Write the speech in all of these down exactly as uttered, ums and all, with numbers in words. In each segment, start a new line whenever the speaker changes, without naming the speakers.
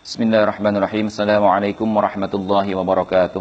Bismillahirrahmanirrahim. Assalamualaikum warahmatullahi wabarakatuh.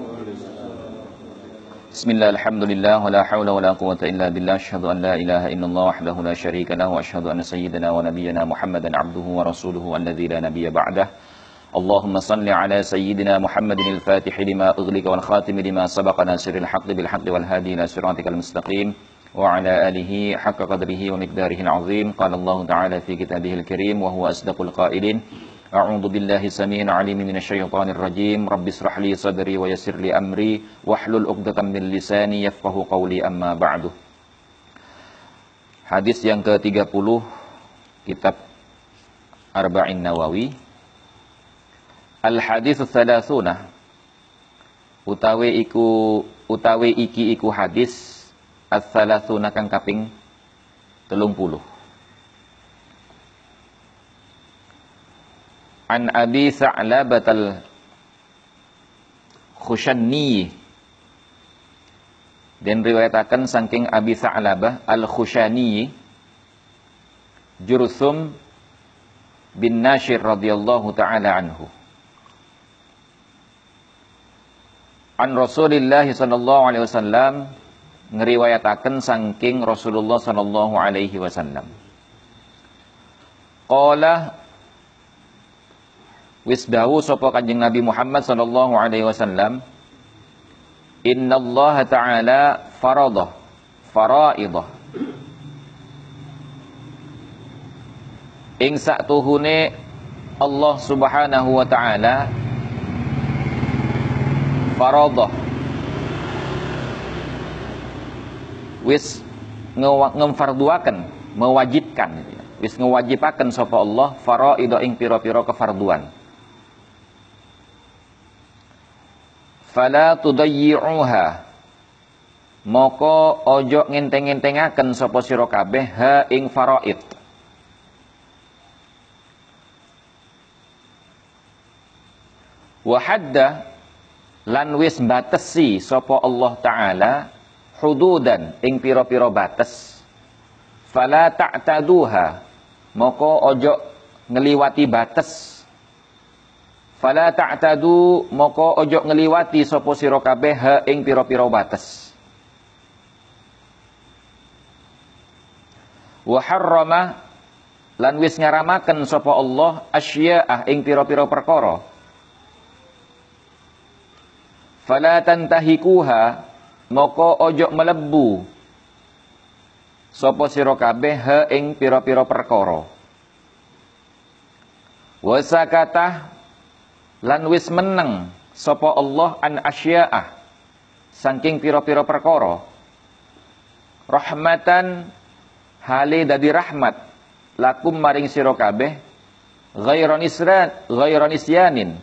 Bismillah, alhamdulillah, wa la hawla wa la quwwata illa billah. Asyhadu an la ilaha illallah wahdahu la syarika lahu wa asyhadu anna sayyidana wa nabiyyana Muhammadan abduhu wa rasuluhu alladzi la nabiyya ba'dah. Allahumma salli ala sayyidina Muhammadin al-Fatih lima ughliqa wal khatim lima sabaqa nasiril haqqi bil haqqi wal hadi ila siratikal mustaqim wa ala alihi haqqa qadrihi wa miqdarihi al-azim. Qala Allah ta'ala fi kitabihil karim wa huwa asdaqul qailin. A'udzu billahi samii'il 'aliim minasyaitonir rajiim. Rabbis shrah li sadri wa yassir li amri wahlul 'uqdatam min lisani yafqahu qawli, amma ba'du. Hadis yang ke tiga puluh kitab Arba'in Nawawi. Al-hadits tsalatsuna, utawi iku utawi iki iku hadis ats-tsalatsuna kang kaping telung puluh. An Abi Sa'labah al-Khushanni, dan riwayatakan saking Abi Sa'labah al-Khushanni, Jursum bin Nashir radhiyallahu ta'ala anhu, an Rasulillah sallallahu alaihi wasallam, ngriwayataken saking Rasulullah sallallahu alaihi wasallam. Qala, wis dawu sapa Kanjeng Nabi Muhammad sallallahu alaihi wasallam, innallaha ta'ala farada faraidah, ing satuhune Allah subhanahu wa ta'ala farada wis ngemfarduaken, mewajibkan, wis ngewajibaken sapa Allah faraidah ing pira-pira kefarduan. Fala tudayyi'uha, moko ojo ngenteng-entengaken sapa sira kabeh ha ing faraid. Wa hadda, lan wis batesi sapa Allah taala hududan ing pira-pira bates. Fala ta'taduha, moko ojo ngliwati bates. Fala ta'tadu, moko ojo ngliwati sapa sira kabeh ha ing pira-pira bates. Wa harrama, lan wis ngaramaken sapa Allah asya'ah ing pira-pira perkara. Fala tantahikuha, moko ojo melebu sapa sira kabeh ha ing pira-pira perkara. Wa sakatah, lan wis meneng sapa Allah an asya'ah saking pira-pira perkara. Rahmatan, hale dadi rahmat, lakum maring sira kabeh, ghairon isran ghairon isyanin,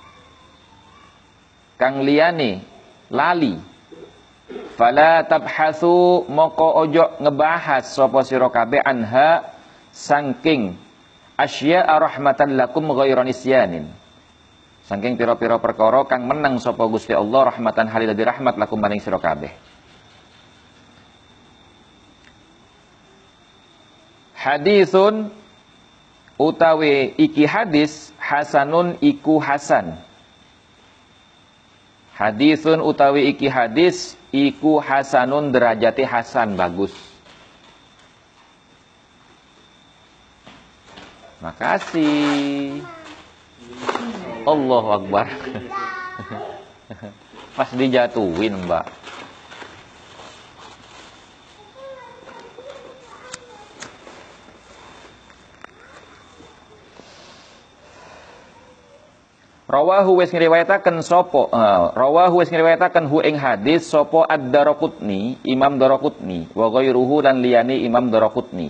kang liyane lali. Fala tabhasu, moko ojo ngebahas sapa sira kabeh anha saking asya'a rahmatan lakum ghairon isyanin, saking pira-pira perkara kang menang sapa Gusti Allah rahmatan halil dadi rahmat lakum maring sira kabeh. Hadisun, utawi iki hadis, hasanun iku hasan. Hadisun utawi iki hadis iku hasanun, derajate hasan, bagus. Makasih. Allahu Akbar. Pas dijatuhin, Mbak. Rawahu wis ngriwayataken sapa uh, rawahu wis ngriwayataken hu ing hadis sapa ad-Daraqutni, Imam Daraqutni, wa ghairuhu, lan liyane Imam Daraqutni.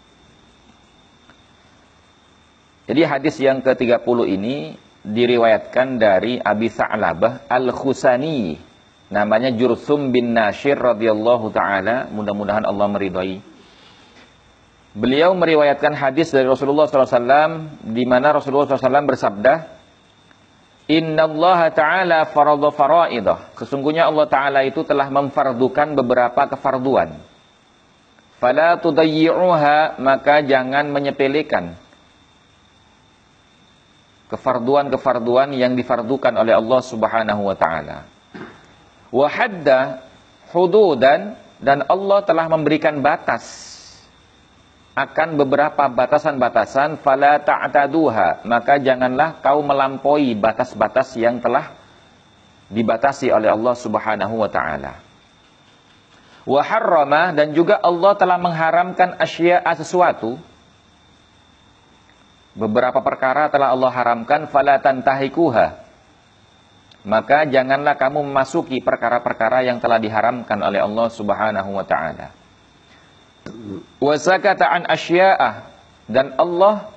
Jadi hadis yang ke tiga puluh ini diriwayatkan dari Abi Sa'labah al-Khusani, namanya Jursum bin Nashir radhiyallahu ta'ala, mudah-mudahan Allah meridhai. Beliau meriwayatkan hadis dari Rasulullah shallallahu alaihi wasallam, di mana Rasulullah shallallahu alaihi wasallam bersabda, innallaha ta'ala farada faraidah, sesungguhnya Allah ta'ala itu telah memfardukan beberapa kefarduan. Fala tudayyi'uha, maka jangan menyepelekan. kefarduan-kefarduan yang difardukan oleh Allah Subhanahu wa taala. Wa hadda hududan, dan Allah telah memberikan batas akan beberapa batasan-batasan, fala ta'taduha, maka janganlah kau melampaui batas-batas yang telah dibatasi oleh Allah Subhanahu wa taala. Wa harrama, dan juga Allah telah mengharamkan asya'a, sesuatu. Beberapa perkara telah Allah haramkan, fala tantahikuha, maka janganlah kamu memasuki perkara-perkara yang telah diharamkan oleh Allah Subhanahu wa taala. Wa sakata an asya'a, dan Allah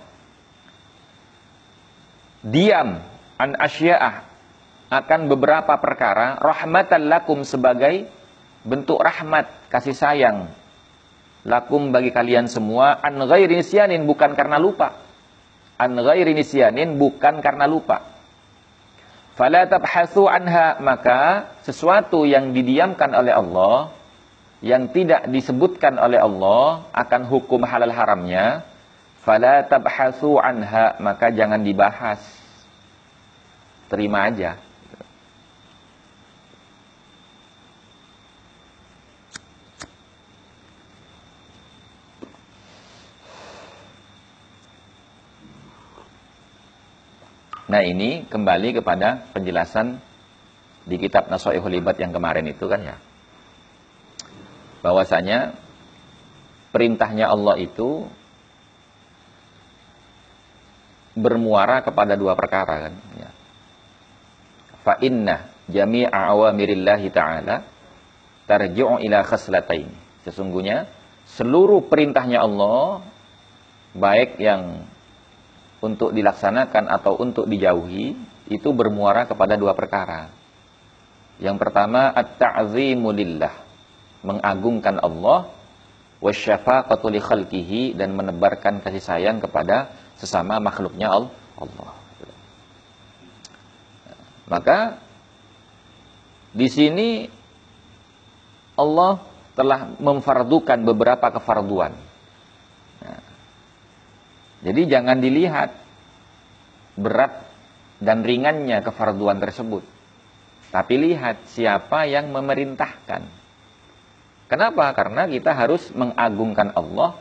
diam an asya'a, akan beberapa perkara, rahmatan lakum, sebagai bentuk rahmat, kasih sayang, lakum, bagi kalian semua, an ghairi nisyanin, bukan karena lupa. An ghairi nisyanin, bukan karena lupa. Fala tabhatsu anha, maka sesuatu yang didiamkan oleh Allah, yang tidak disebutkan oleh Allah akan hukum halal haramnya, fala tabhatsu anha, maka jangan dibahas, terima aja. Nah, ini kembali kepada penjelasan di kitab Nasaihul Ibad yang kemarin itu kan ya, bahwasanya perintahnya Allah itu bermuara kepada dua perkara kan ya. Fa inna jami'a awamirillahi ta'ala tarji'u ila khaslatain, sesungguhnya seluruh perintahnya Allah, baik yang untuk dilaksanakan atau untuk dijauhi, itu bermuara kepada dua perkara. Yang pertama, at-ta'zimu lillah, mengagungkan Allah, wasyafaqatu li khalqihi, dan menebarkan kasih sayang kepada sesama makhluknya Allah. Maka di sini Allah telah memfardukan beberapa kefarduan. Jadi jangan dilihat berat dan ringannya kefarduan tersebut, tapi lihat siapa yang memerintahkan. Kenapa? Karena kita harus mengagungkan Allah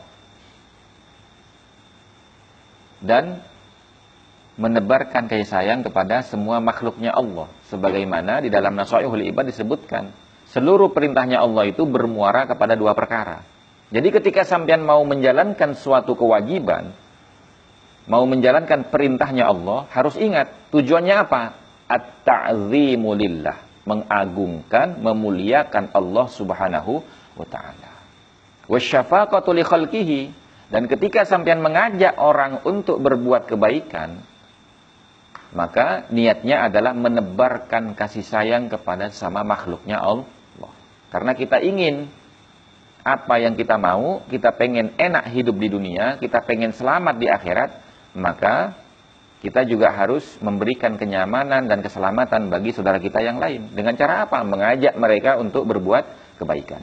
dan menebarkan kasih sayang kepada semua makhluknya Allah. Sebagaimana di dalam Nasaihul Ibad disebutkan, seluruh perintahnya Allah itu bermuara kepada dua perkara. Jadi ketika sampean mau menjalankan suatu kewajiban, mau menjalankan perintahnya Allah, harus ingat tujuannya apa? At-ta'zimu lillah, mengagungkan, memuliakan Allah Subhanahu wa taala. Wasyafaqatu li khalqihi, dan ketika sampean mengajak orang untuk berbuat kebaikan, maka niatnya adalah menebarkan kasih sayang kepada sama makhluknya Allah. Karena kita ingin apa yang kita mau, kita pengen enak hidup di dunia, kita pengen selamat di akhirat, maka kita juga harus memberikan kenyamanan dan keselamatan bagi saudara kita yang lain. Dengan cara apa? Mengajak mereka untuk berbuat kebaikan.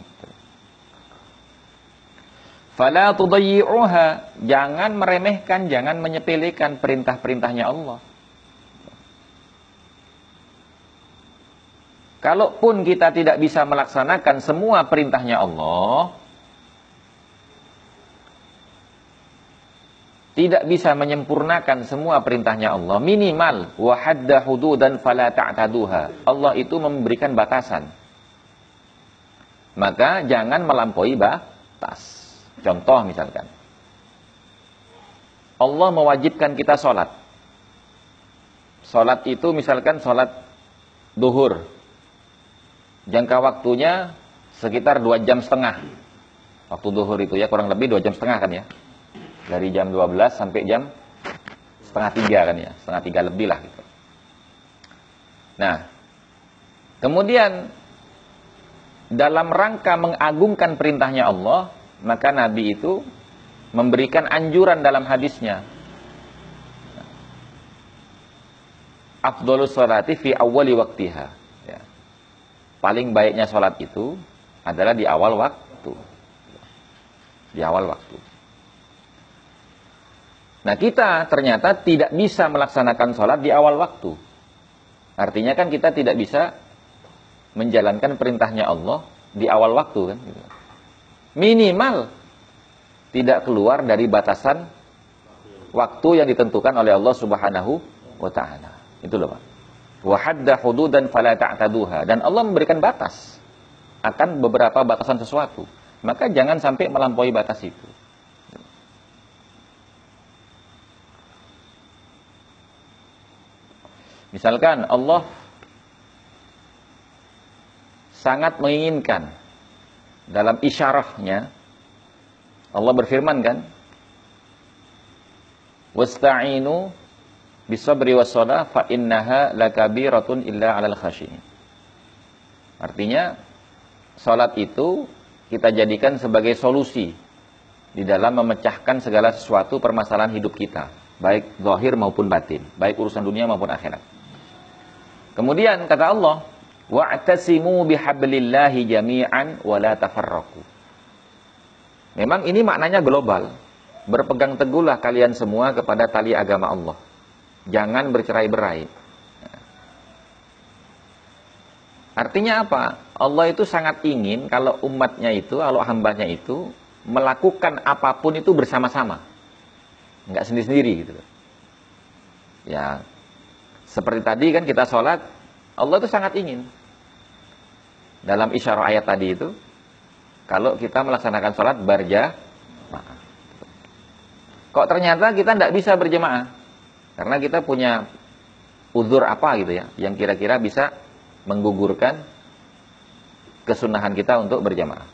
Fala tudayyi'uha, jangan meremehkan, jangan menyepelekan perintah-perintahnya Allah. Kalaupun kita tidak bisa melaksanakan semua perintahnya Allah, tidak bisa menyempurnakan semua perintahnya Allah, minimal wa hadda hududan fala ta'taduha, Allah itu memberikan batasan, maka jangan melampaui batas. Contoh misalkan, Allah mewajibkan kita sholat. Sholat itu misalkan sholat duhur, jangka waktunya sekitar dua jam setengah. Waktu duhur itu ya kurang lebih dua jam setengah kan ya, dari jam dua belas sampai jam setengah tiga kan ya, setengah tiga lebih lah gitu. Nah, kemudian dalam rangka mengagungkan perintahnya Allah, maka Nabi itu memberikan anjuran dalam hadisnya, afdhalus sholati fi awwali waktiha, ya. Paling baiknya sholat itu adalah di awal waktu, di awal waktu. Nah, kita ternyata tidak bisa melaksanakan sholat di awal waktu. Artinya kan kita tidak bisa menjalankan perintahnya Allah di awal waktu kan. Minimal tidak keluar dari batasan waktu yang ditentukan oleh Allah Subhanahu wa taala. Itu loh, Pak. Wa hadda hududan fala ta'taduha. Dan Allah memberikan batas akan beberapa batasan sesuatu. Maka jangan sampai melampaui batas itu. Misalkan Allah sangat menginginkan dalam isyarahnya, Allah berfirman kan, wasta'inu bisabri wassalah fa innaha lakabiratun illa 'alal khashiyin. Artinya salat itu kita jadikan sebagai solusi di dalam memecahkan segala sesuatu permasalahan hidup kita, baik zahir maupun batin, baik urusan dunia maupun akhirat. Kemudian kata Allah, wa'tasimu bihablillahi jami'an wa la tafarraqu. Memang ini maknanya global. Berpegang teguhlah kalian semua kepada tali agama Allah. Jangan bercerai-berai. Artinya apa? Allah itu sangat ingin kalau umatnya itu, kalau hambanya itu melakukan apapun itu bersama-sama. Enggak sendiri-sendiri gitu. Ya, seperti tadi kan kita sholat, Allah itu sangat ingin. Dalam isyarah ayat tadi itu, kalau kita melaksanakan sholat berjamaah. Kok ternyata kita tidak bisa berjamaah? Karena kita punya uzur apa gitu ya, yang kira-kira bisa menggugurkan kesunahan kita untuk berjamaah.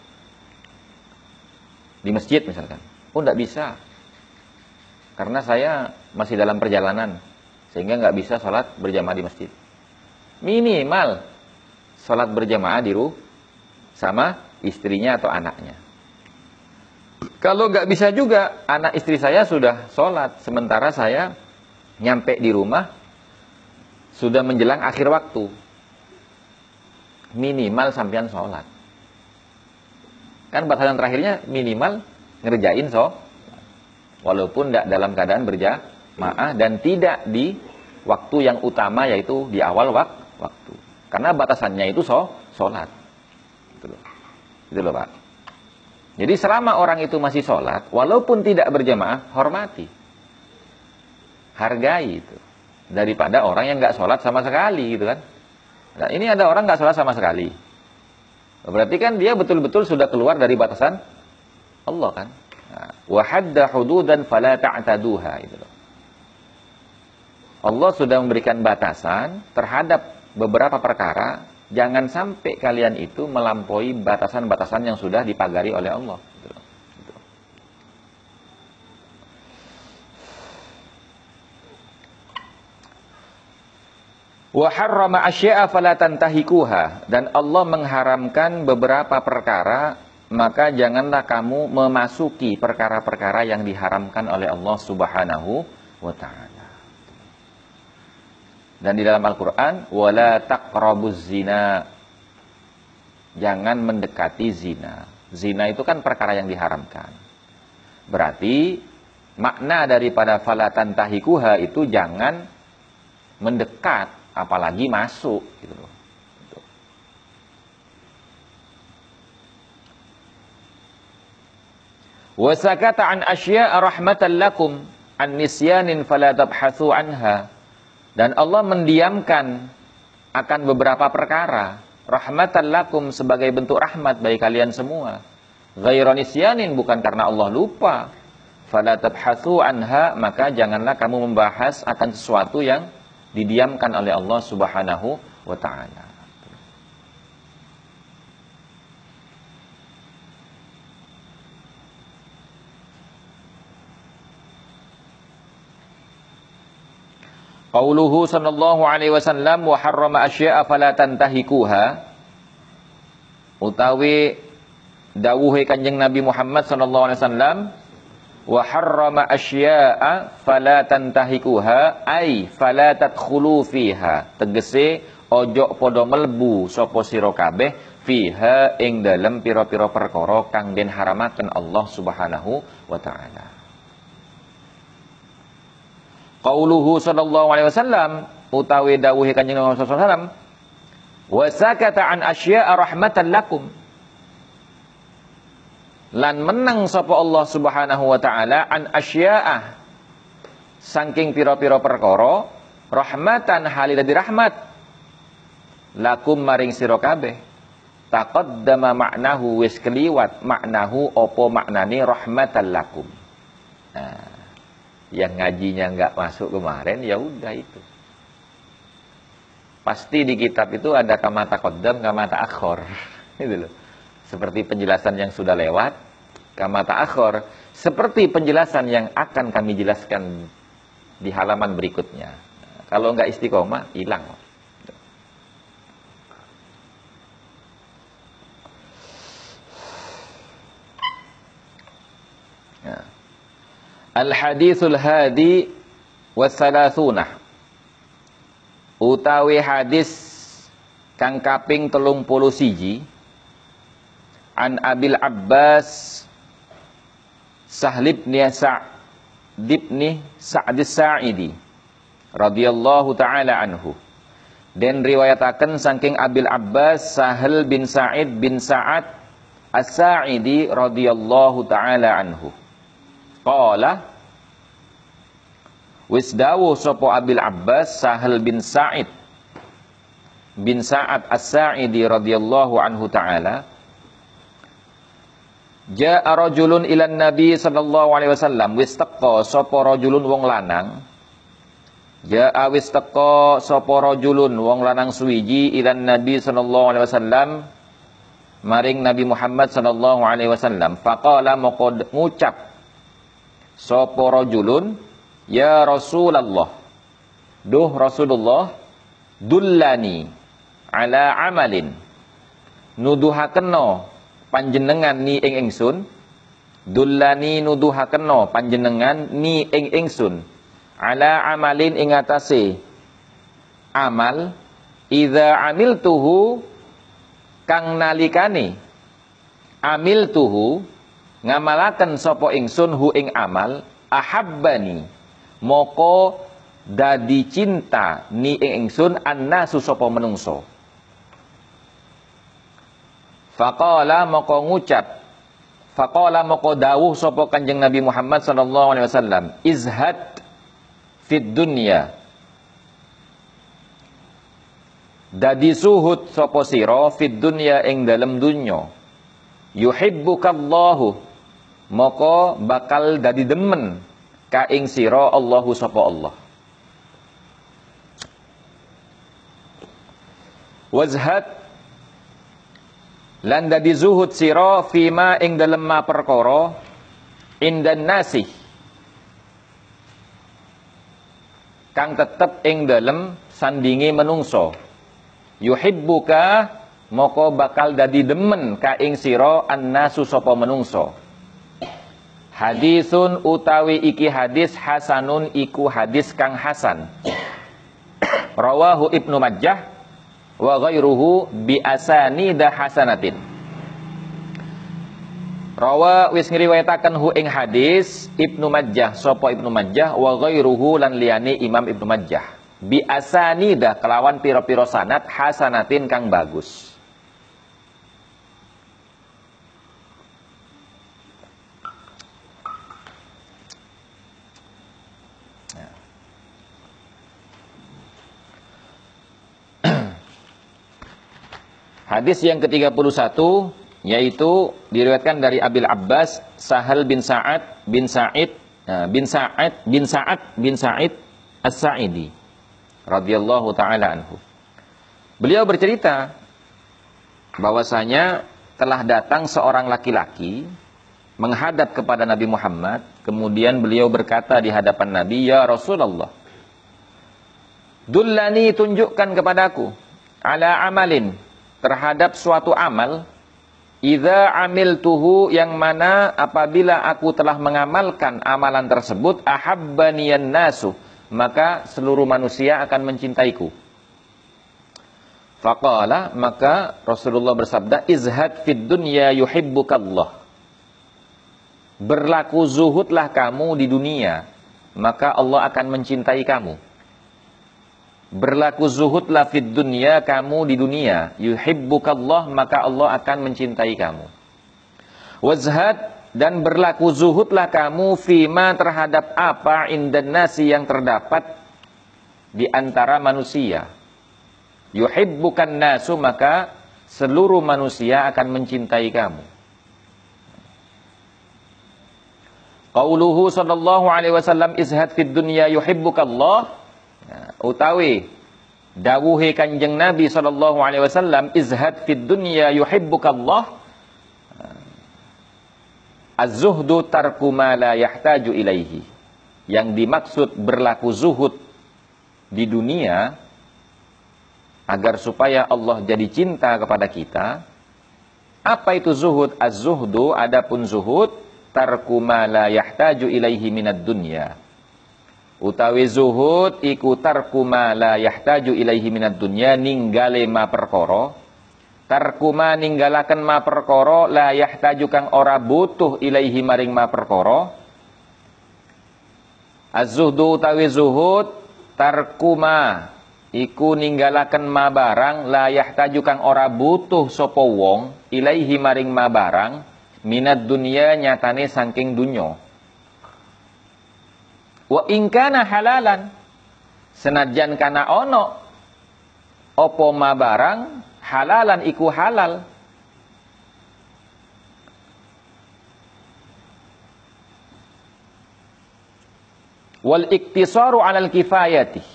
Di masjid misalkan. Oh, tidak bisa. Karena saya masih dalam perjalanan, sehingga nggak bisa sholat berjamaah di masjid. Minimal sholat berjamaah di rumah sama istrinya atau anaknya. Kalau nggak bisa juga, anak istri saya sudah sholat, sementara saya nyampe di rumah sudah menjelang akhir waktu. Minimal sampean sholat. Kan batasan terakhirnya minimal ngerjain sholat. Walaupun tidak dalam keadaan berjamaah dan tidak di waktu yang utama, yaitu di awal wak waktu. Karena batasannya itu sholat. Gitu loh. Gitu loh, Pak. Jadi selama orang itu masih sholat, walaupun tidak berjamaah, hormati. Hargai itu. Daripada orang yang nggak sholat sama sekali gitu kan. Nah, ini ada orang nggak sholat sama sekali. Berarti kan dia betul-betul sudah keluar dari batasan Allah kan. Wa hadda hududan fala ta'taduha itu loh. Allah sudah memberikan batasan terhadap beberapa perkara, jangan sampai kalian itu melampaui batasan-batasan yang sudah dipagari oleh Allah. Gitu loh. Gitu. Wa harrama asya'a fala tantahikuha, dan Allah mengharamkan beberapa perkara, maka janganlah kamu memasuki perkara-perkara yang diharamkan oleh Allah Subhanahu wa taala. Dan di dalam Al-Qur'an, wala taqrabuz zina, jangan mendekati zina. Zina itu kan perkara yang diharamkan. Berarti makna daripada fala tantahikuha itu jangan mendekat, apalagi masuk gitu loh. Gitu. Wa sakata an asya'a rahmatan lakum an nisyanin fala tabhatsu anha. Dan Allah mendiamkan akan beberapa perkara rahmatan lakum sebagai bentuk rahmat bagi kalian semua. Ghairu nisyanin, bukan karena Allah lupa. Fala tabhatsu anha, maka janganlah kamu membahas akan sesuatu yang didiamkan oleh Allah Subhanahu wa taala. Qauluhu sallallahu alaihi wasallam wa harrama asya'a fala tantahikuha, utawi dawuhe Kanjeng Nabi Muhammad sallallahu alaihi wasallam, wa harrama asya'a fala tantahikuha ay fala tadkhulu fiha, tegese ojo podo melbu sapa sira kabeh fiha ing dalem pira-pira perkara kang den haramaken Allah Subhanahu wa taala. Qauluhu sallallahu alaihi wasallam utawi dawuhe Kanjeng Nabi sallallahu alaihi wasallam wa sakata an asya'a rahmatan lakum. Lan menang sapa Allah Subhanahu wa taala an asya'ah saking pira-pira perkara rahmatan halida di rahmat lakum maring sira kabeh. Taqaddama maknahu wis keliwat maknahu opo maknane rahmatan lakum. Nah, yang ngajinya nggak masuk kemarin ya udah itu. Pasti di kitab itu ada kama taqaddam, kama ta'akhir. Itu loh. Seperti penjelasan yang sudah lewat, kama ta'akhir, seperti penjelasan yang akan kami jelaskan di halaman berikutnya. Nah, kalau nggak istiqomah, hilang. Ya. Al-hadithul hadi wassalathunah. Utawi hadis kang kaping telung puluh siji an Abil Abbas Sahl bin Sa'd bin Sa'd as-Sa'idi radhiyallahu taala anhu. Dan riwayataken saking Abil Abbas Sahl bin Sa'id bin Sa'ad as-Sa'idi radhiyallahu taala anhu. Qala wis dawuh sapa Abil Abbas Sahl bin Sa'id bin Sa'ad as-Sa'idi radhiyallahu anhu ta'ala, ja'a rajulun ilan nabi sallallahu alaihi wasallam, wis teka sapa rajulun wong lanang, ja'a wis teka sapa rajulun wong lanang suwiji ilan nabi sallallahu alaihi wasallam maring Nabi Muhammad sallallahu alaihi wasallam, faqala moko ngucap sapa rajulun, ya Rasulullah, duh Rasulullah, dullani ala amalin, nuduhakeno panjenengan ni ing ingsun, dullani nuduhakeno panjenengan ni ing ingsun, ala amalin ing atase amal, idza amiltuhu kang nalikane amiltuhu ngamalaken sapa ingsun hu ing amal, ahabbani moko dadi cinta ni ing ingsun annasu sapa menungso. Faqala moko ngucap, faqala moko dawuh sapa Kanjeng Nabi Muhammad sallallahu alaihi wasallam, izhad fid dunya, dadi suhud sapa sira fid dunya ing dalem dunya, yuhibbukallahu moko bakal dadi demen ka ing sira Allahu sapa Allah. Wazhad lan dadi zuhud sira fima ing dalem ma perkara indan nasi kang tetep ing dalem sandinge menungso. Yuhibbuka moko bakal dadi demen ka ing sira annasu sapa menungso. Hadisun utawi iki hadis hasanun iku hadis kang hasan. Rawahu Ibnu Majah wa ghairuhu bi asanida hasanatin. Rawa wis ngriwayataken hu ing hadis Ibnu Majah sapa Ibnu Majah wa ghairuhu lan liyane Imam Ibnu Majah bi asanida kelawan pira-pira sanad hasanatin kang bagus. Hadis yang ke tiga puluh satu yaitu diriwayatkan dari Abil Abbas Sahal bin Sa'ad bin Sa'id bin Sa'ad bin Sa'ad bin Sa'id As-Sa'idi radhiyallahu taala anhu. Beliau bercerita bahwasanya telah datang seorang laki-laki menghadap kepada Nabi Muhammad, kemudian beliau berkata di hadapan Nabi, ya Rasulullah, dullani tunjukkan kepadaku ala amalin terhadap suatu amal, idza amiltuhu yang mana apabila aku telah mengamalkan amalan tersebut, ahabbaniyan nasu maka seluruh manusia akan mencintaiku. Faqala maka Rasulullah bersabda, izhad fid dunya yuhibbukallah, berlaku zuhudlah kamu di dunia maka Allah akan mencintai kamu. Berlaku zuhudlah fid dunya, kamu di dunia. Yuhibbukallah, maka Allah akan mencintai kamu. Wazhad, dan berlaku zuhudlah kamu fima terhadap apa indan nasi yang terdapat di antara manusia. Yuhibbukan nasu, maka seluruh manusia akan mencintai kamu. Qauluhu sallallahu alaihi wasallam izhad fid dunya yuhibbukallah. Nah, utawi dawuhe Kanjeng Nabi sallallahu alaihi wasallam izhad fid dunya yuhibbukallah. Az-zuhdu tarku ma la yahtaju ilaihi. Yang dimaksud berlaku zuhud di dunia agar supaya Allah jadi cinta kepada kita. Apa itu zuhud? Az-zuhdu, adapun zuhud, tarku ma la yahtaju ilaihi minad dunya. Utawi zuhud iku tarku ma la yahtaju ilaihi minad dunya, ninggale ma perkara. Tarku ma ninggalaken ma perkara la yahtaju kang ora butuh ilaihi maring ma perkara. Az-zuhdu utawi zuhud tarku ma iku ninggalaken ma barang la yahtaju kang ora butuh sapa wong ilaihi maring ma barang minad dunya, nyatane saking dunya. Wa in kana halalan, senajan kana ono apa ma barang halalan iku halal. Wal iktisaru alal kifayati,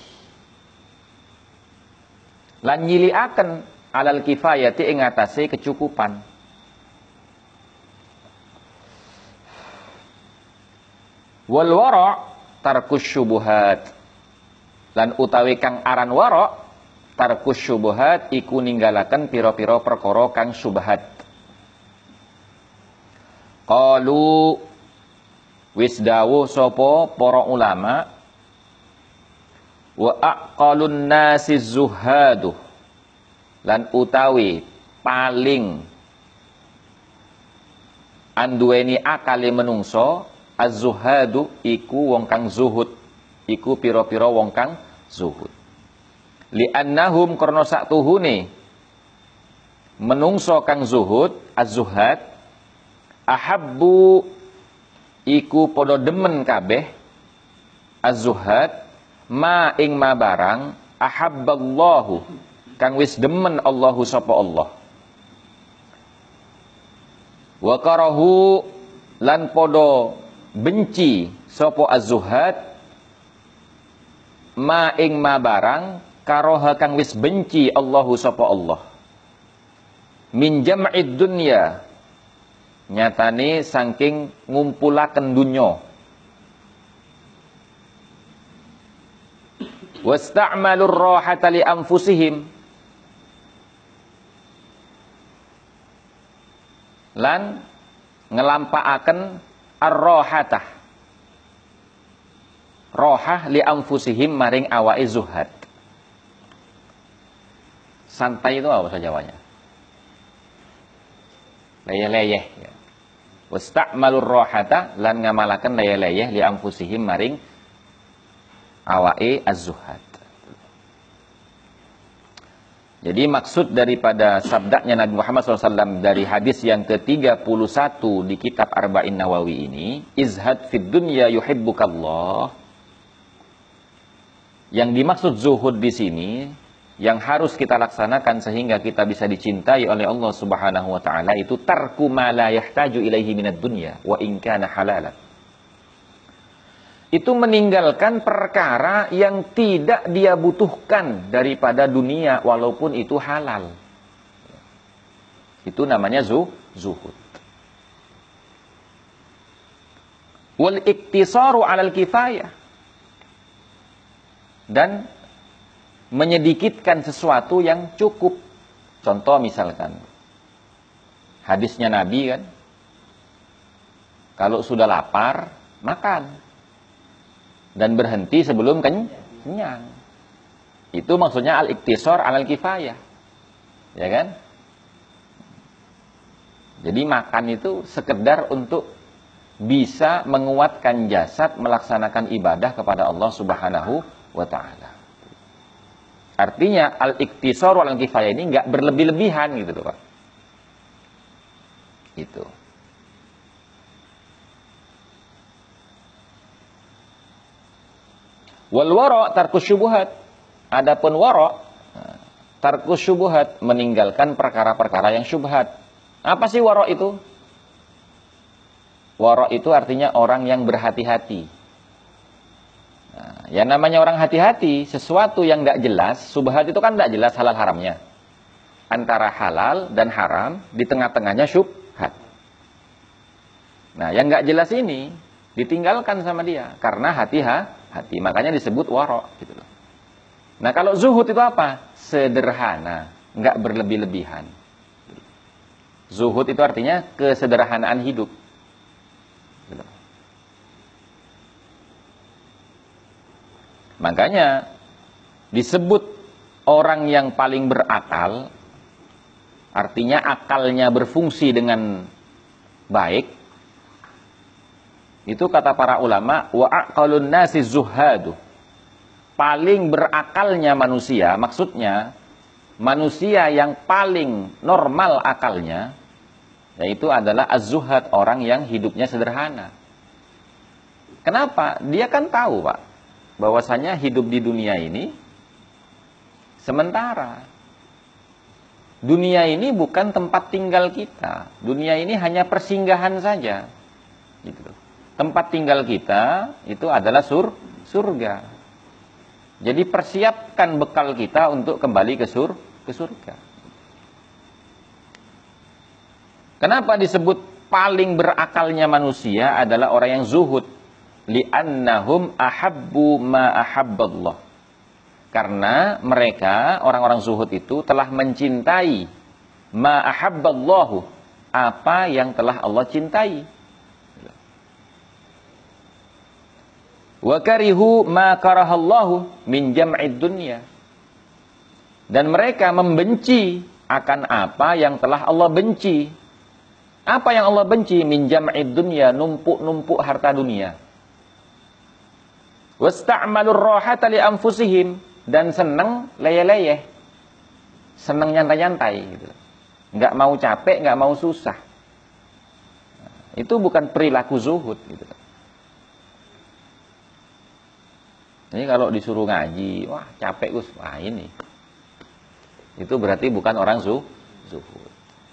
lan nyiliaken alal kifayati ing atase kecukupan. Wal wara' tarkus syubuhat, lan utawi kang aran wara' tarkus syubuhat iku ninggalaken pira-pira perkara kang syubhat. Qalu, wis dawuh sapa para ulama, wa aqalun nasi zuhadu, lan utawi paling anduweni akale menungso, az-zuhadu iku wong kang zuhud, iku pira-pira wong kang zuhud. Li'annahum karena saktuhune menungso kang zuhud, az-zuhad, ahabbu iku padha demen kabeh, az-zuhad, ma ing ma barang, ahabballahu kang wis demen Allahu sapa Allah. Wa karahu lan padha benci sapa az-zuhad, ma ing ma barang, karoha kang wis benci Allahu sapa Allah. Min jam'id dunya, nyatane saking ngumpulaken dunya. Wasta'malur rahata li anfusihim, lan ngelampaaken ar-rahatah, rohah li anfusihim maring awake zuhad. Santai itu apa bahasa Jawanya? Leyeh-leyeh ya. Wasta'malur rahata, lan ngamalaken leyeh-leyeh li anfusihim maring awake az-zuhad. Jadi maksud daripada sabdanya Nabi Muhammad shallallahu alaihi wasallam dari hadis yang ke tiga puluh satu di kitab Arba'in Nawawi ini, izhad fid dunya yuhibbukallah. Yang dimaksud zuhud di sini, yang harus kita laksanakan sehingga kita bisa dicintai oleh Allah Subhanahu wa taala, itu tarku ma la yahtaju ilaihi minad dunya wa in kana halalan. Itu meninggalkan perkara yang tidak dia butuhkan daripada dunia walaupun itu halal. Itu namanya zu, zuhud. Wal iktisaru alal kifayah, dan menyedikitkan sesuatu yang cukup. Contoh misalkan hadisnya Nabi kan, kalau sudah lapar makan dan berhenti sebelum kenyang. Itu maksudnya al-iktisar alal kifayah. Ya kan? Jadi makan itu sekedar untuk bisa menguatkan jasad melaksanakan ibadah kepada Allah Subhanahu wa taala. Artinya al-iktisar wal kifayah ini enggak berlebih-lebihan gitu loh, Pak. Itu. Wal wara' tarkus syubhat. Adapun wara' tarkus syubhat, meninggalkan perkara-perkara yang syubhat. Apa sih wara' itu? Wara' itu artinya orang yang berhati-hati. Nah, yang namanya orang hati-hati, sesuatu yang tidak jelas, syubhat itu kan tidak jelas halal haramnya. Antara halal dan haram, di tengah-tengahnya syubhat. Nah, yang nggak jelas ini ditinggalkan sama dia karena hati-hati, makanya disebut wara' gitu loh. Nah, kalau zuhud itu apa? Sederhana, nggak berlebih-lebihan. Zuhud itu artinya kesederhanaan hidup. Gitu. Makanya disebut orang yang paling berakal, artinya akalnya berfungsi dengan baik. Itu kata para ulama, wa aqalun nasi zuhadu. Paling berakalnya manusia, maksudnya manusia yang paling normal akalnya, yaitu adalah az-zuhad, orang yang hidupnya sederhana. Kenapa? Dia kan tahu, Pak, bahwasanya hidup di dunia ini sementara. Dunia ini bukan tempat tinggal kita. Dunia ini hanya persinggahan saja. Gitu. Tempat tinggal kita itu adalah sur, surga. Jadi persiapkan bekal kita untuk kembali ke sur, ke surga. Kenapa disebut paling berakalnya manusia adalah orang yang zuhud? Li'annahum ahabbu ma ahabballah. Karena mereka, orang-orang zuhud itu telah mencintai ma ahabballahu, apa yang telah Allah cintai. Wa karihu ma karahallahu min jam'id dunya. Dan mereka membenci akan apa yang telah Allah benci. Apa yang Allah benci? Min jam'id dunya, numpuk-numpuk harta dunia. Wasta'malur rahata li anfusihim, dan senang leyeh-leyeh. Senang nyantai-nyantai gitu. Enggak mau capek, enggak mau susah. Nah, itu bukan perilaku zuhud gitu. Ini kalau disuruh ngaji, wah capek Gus, wah ini. Itu berarti bukan orang zuh, zuhud.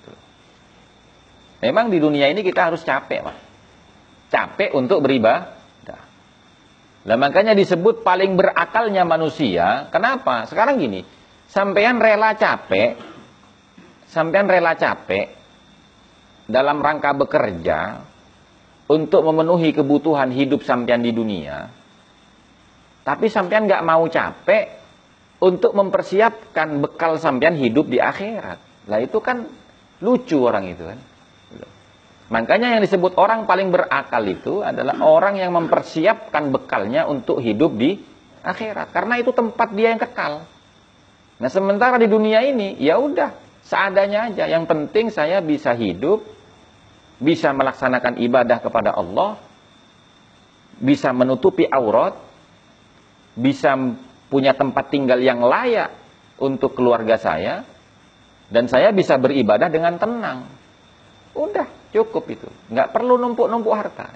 Memang di dunia ini kita harus capek, Pak. Capek untuk beribadah. Lah makanya disebut paling berakalnya manusia. Kenapa? Sekarang gini, sampean rela capek, sampean rela capek dalam rangka bekerja untuk memenuhi kebutuhan hidup sampean di dunia. Tapi sampean nggak mau capek untuk mempersiapkan bekal sampean hidup di akhirat. Lah itu kan lucu orang itu kan. Makanya yang disebut orang paling berakal itu adalah orang yang mempersiapkan bekalnya untuk hidup di akhirat. Karena itu tempat dia yang kekal. Nah sementara di dunia ini, ya udah seadanya aja. Yang penting saya bisa hidup, bisa melaksanakan ibadah kepada Allah, bisa menutupi aurat, bisa punya tempat tinggal yang layak untuk keluarga saya, dan saya bisa beribadah dengan tenang. Udah, cukup itu. Nggak perlu numpuk-numpuk harta.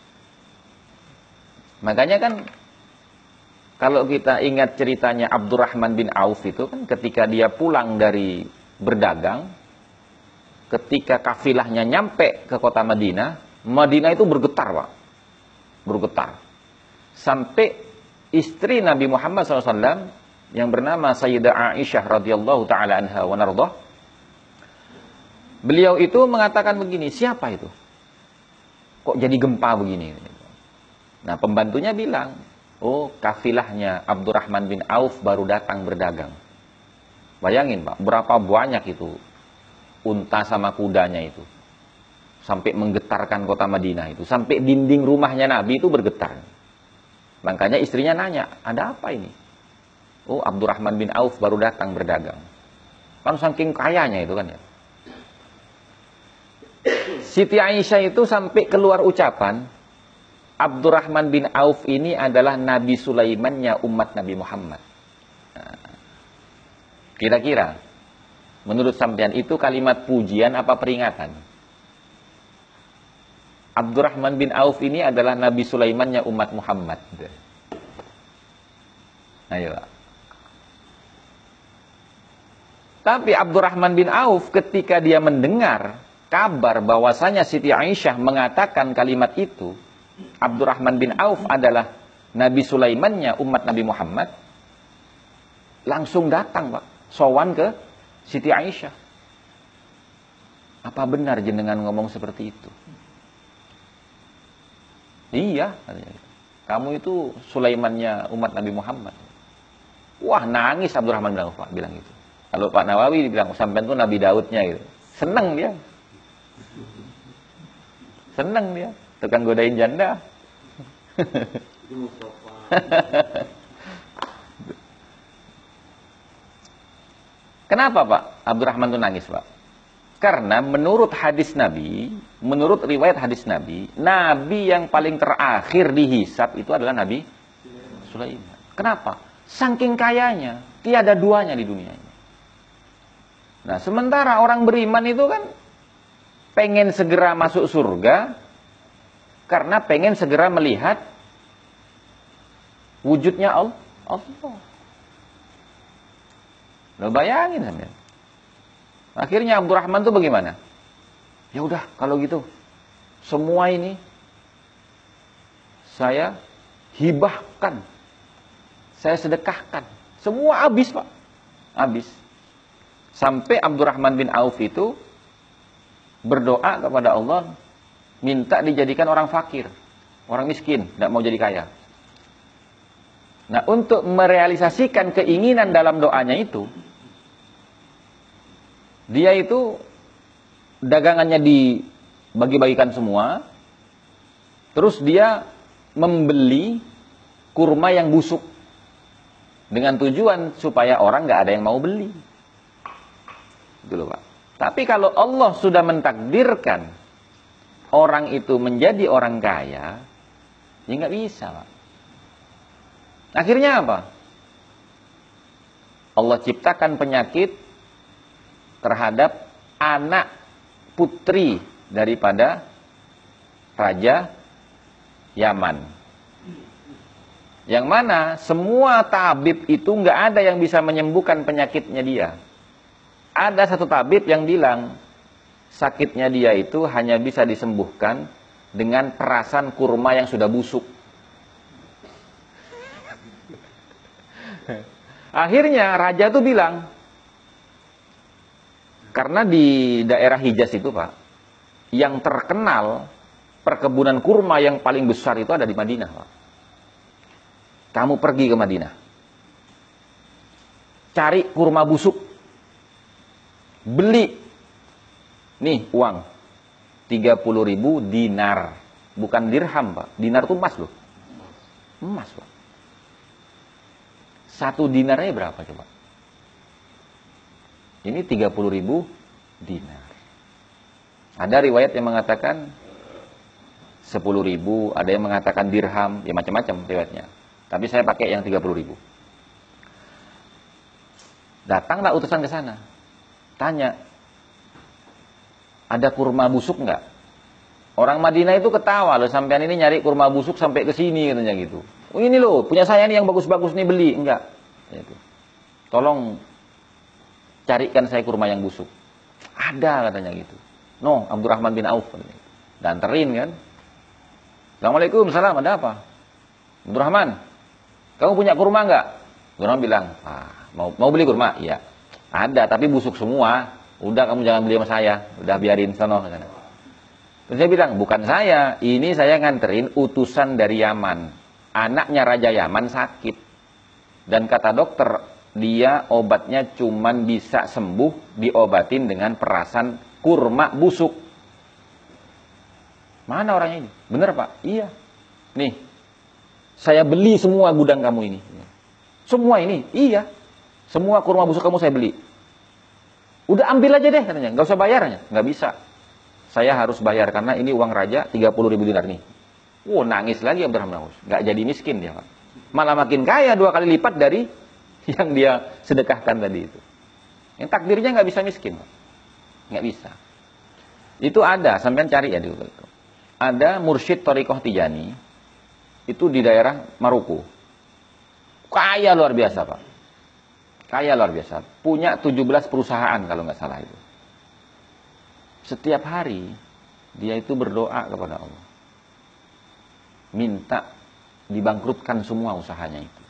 Makanya kan, kalau kita ingat ceritanya Abdurrahman bin Auf itu kan, ketika dia pulang dari berdagang, ketika kafilahnya nyampe ke kota Madinah, Madinah itu bergetar, Pak. Bergetar. Sampai istri Nabi Muhammad shallallahu alaihi wasallam yang bernama Sayyidah Aisyah radhiyallahu taala anha wa nardah, beliau itu mengatakan begini, siapa itu? Kok jadi gempa begini? Nah pembantunya bilang, oh kafilahnya Abdurrahman bin Auf baru datang berdagang. Bayangin Pak, berapa banyak itu unta sama kudanya itu, sampai menggetarkan kota Madinah itu, sampai dinding rumahnya Nabi itu bergetar. Makanya istrinya nanya, ada apa ini? Oh, Abdurrahman bin Auf baru datang berdagang. Kan saking kayanya itu kan ya. Siti Aisyah itu sampai keluar ucapan, Abdurrahman bin Auf ini adalah Nabi Sulaimannya umat Nabi Muhammad. Nah, kira-kira, menurut sampean itu kalimat pujian apa peringatan? Abdurrahman bin Auf ini adalah Nabi Sulaimannya umat Muhammad. Ayo. Tapi Abdurrahman bin Auf ketika dia mendengar kabar bahwasanya Siti Aisyah mengatakan kalimat itu, Abdurrahman bin Auf adalah Nabi Sulaimannya umat Nabi Muhammad, langsung datang, Pak, sowan ke Siti Aisyah. Apa benar jenengan ngomong seperti itu? Iya, kamu itu Sulaimannya umat Nabi Muhammad. Wah, nangis Abdurrahman bin Auf, Pak, bilang gitu. Kalau Pak Nawawi bilang sampean itu Nabi Daudnya gitu. Seneng dia. Seneng dia, tukang godain janda. Kenapa Pak Abdurrahman itu nangis, Pak? Karena menurut hadis Nabi, menurut riwayat hadis Nabi, Nabi yang paling terakhir dihisab itu adalah Nabi Sulaiman. Kenapa? Saking kayanya, tiada duanya di dunia ini. Nah, sementara orang beriman itu kan pengen segera masuk surga karena pengen segera melihat wujudnya Allah. Lo bayangin sampean. Akhirnya Abdurrahman itu bagaimana? Ya udah kalau gitu semua ini saya hibahkan, saya sedekahkan, semua habis, Pak, habis. Sampai Abdurrahman bin Auf itu berdoa kepada Allah, minta dijadikan orang fakir, orang miskin, tidak mau jadi kaya. Nah, untuk merealisasikan keinginan dalam doanya itu, dia itu dagangannya dibagi-bagikan semua, terus dia membeli kurma yang busuk dengan tujuan supaya orang nggak ada yang mau beli. Gitu loh, Pak. Tapi kalau Allah sudah mentakdirkan orang itu menjadi orang kaya, ya nggak bisa, Pak. Akhirnya apa? Allah ciptakan penyakit terhadap anak putri daripada Raja Yaman. Yang mana semua tabib itu nggak ada yang bisa menyembuhkan penyakitnya dia. Ada satu tabib yang bilang sakitnya dia itu hanya bisa disembuhkan dengan perasan kurma yang sudah busuk. Akhirnya raja itu bilang, karena di daerah Hijaz itu, Pak, yang terkenal perkebunan kurma yang paling besar itu ada di Madinah, Pak. Kamu pergi ke Madinah, cari kurma busuk, beli, nih uang tiga puluh ribu dinar, bukan dirham, Pak. Dinar itu emas loh, emas, Pak. Satu dinarnya berapa coba? Ini tiga puluh ribu dinar. Ada riwayat yang mengatakan sepuluh ribu, ada yang mengatakan dirham, ya macam-macam riwayatnya. Tapi saya pakai yang tiga puluh ribu. Datanglah utusan ke sana. Tanya, ada kurma busuk nggak? Orang Madinah itu ketawa loh, sampean ini nyari kurma busuk sampai ke sini katanya gitu. Oh ini loh, punya saya nih yang bagus-bagus nih, beli. Enggak. Itu. Tolong carikan saya kurma yang busuk. Ada katanya gitu. No, Abdurrahman bin Auf. Dan terin kan. Assalamualaikum, salam, ada apa? Abdurrahman, kamu punya kurma enggak? Abdurrahman bilang, ah, mau, mau beli kurma? Iya. Ada, tapi busuk semua. Udah kamu jangan beli sama saya. Udah biarin sono. Terus saya bilang, bukan saya. Ini saya nganterin utusan dari Yaman. Anaknya Raja Yaman sakit. Dan kata dokter, dia obatnya cuman bisa sembuh diobatin dengan perasan kurma busuk. Mana orangnya ini? Bener, Pak? Iya. Nih, saya beli semua gudang kamu ini. Semua ini? Iya. Semua kurma busuk kamu saya beli. Udah ambil aja deh katanya, nggak usah bayarnya. Nggak bisa. saya harus bayar karena ini uang raja tiga puluh ribu dinar nih. Wow, nangis lagi Abdurrahman Auf. Nggak jadi miskin dia, Pak. Malah makin kaya dua kali lipat dari yang dia sedekahkan tadi itu. Yang takdirnya nggak bisa miskin, Pak. Nggak bisa. Itu ada, sampean cari ya dulu itu. Ada mursyid Thariqah Tijani, itu di daerah Maruku. Kaya luar biasa, Pak. Kaya luar biasa. Punya tujuh belas perusahaan kalau nggak salah itu. Setiap hari, dia itu berdoa kepada Allah. Minta dibangkrutkan semua usahanya itu.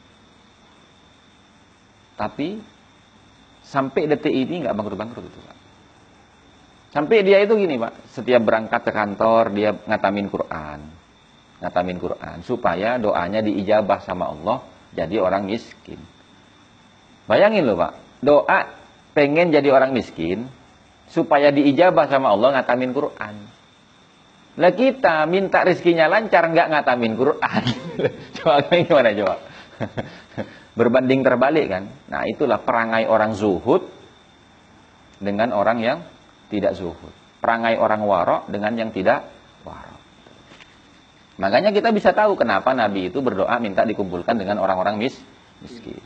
Tapi, sampai detik ini nggak bangkrut-bangkrut itu, Pak. Sampai dia itu gini, Pak. Setiap berangkat ke kantor, dia ngatamin Quran. Ngatamin Quran. Supaya doanya diijabah sama Allah, jadi orang miskin. Bayangin loh, Pak. Doa pengen jadi orang miskin, supaya diijabah sama Allah ngatamin Quran. Lah kita minta rezekinya lancar, nggak ngatamin Quran. Coba gimana coba? Berbanding terbalik kan? Nah itulah perangai orang zuhud dengan orang yang tidak zuhud. Perangai orang warok dengan yang tidak warok. Makanya kita bisa tahu kenapa Nabi itu berdoa minta dikumpulkan dengan orang-orang mis miskin.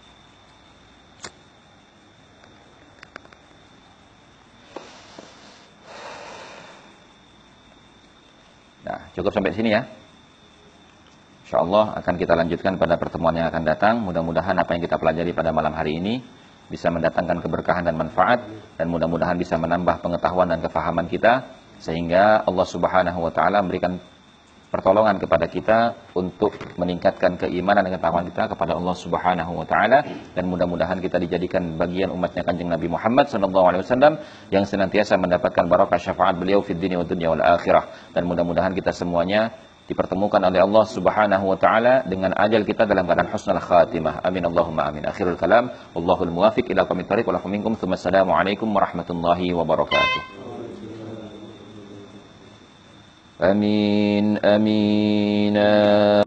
Nah, cukup sampai sini ya. InsyaAllah akan kita lanjutkan pada pertemuan yang akan datang. Mudah-mudahan apa yang kita pelajari pada malam hari ini bisa mendatangkan keberkahan dan manfaat, dan mudah-mudahan bisa menambah pengetahuan dan kefahaman kita, sehingga Allah Subhanahu wa taala memberikan pertolongan kepada kita untuk meningkatkan keimanan dan ketakwaan kita kepada Allah Subhanahu wa taala, dan mudah-mudahan kita dijadikan bagian umatnya Kanjeng Nabi Muhammad sallallahu alaihi wasallam yang senantiasa mendapatkan barakah syafaat beliau fid dunya wad dunya wal akhirah, dan mudah-mudahan kita semuanya dipertemukan oleh Allah Subhanahu wa taala dengan ajal kita dalam keadaan husnul khatimah. Amin Allahumma amin. Akhirul kalam, wallahul muwafiq ila aqwamit thariq, wa lakum minkum. Assalamu alaikum warahmatullahi wabarakatuh. Amin amin.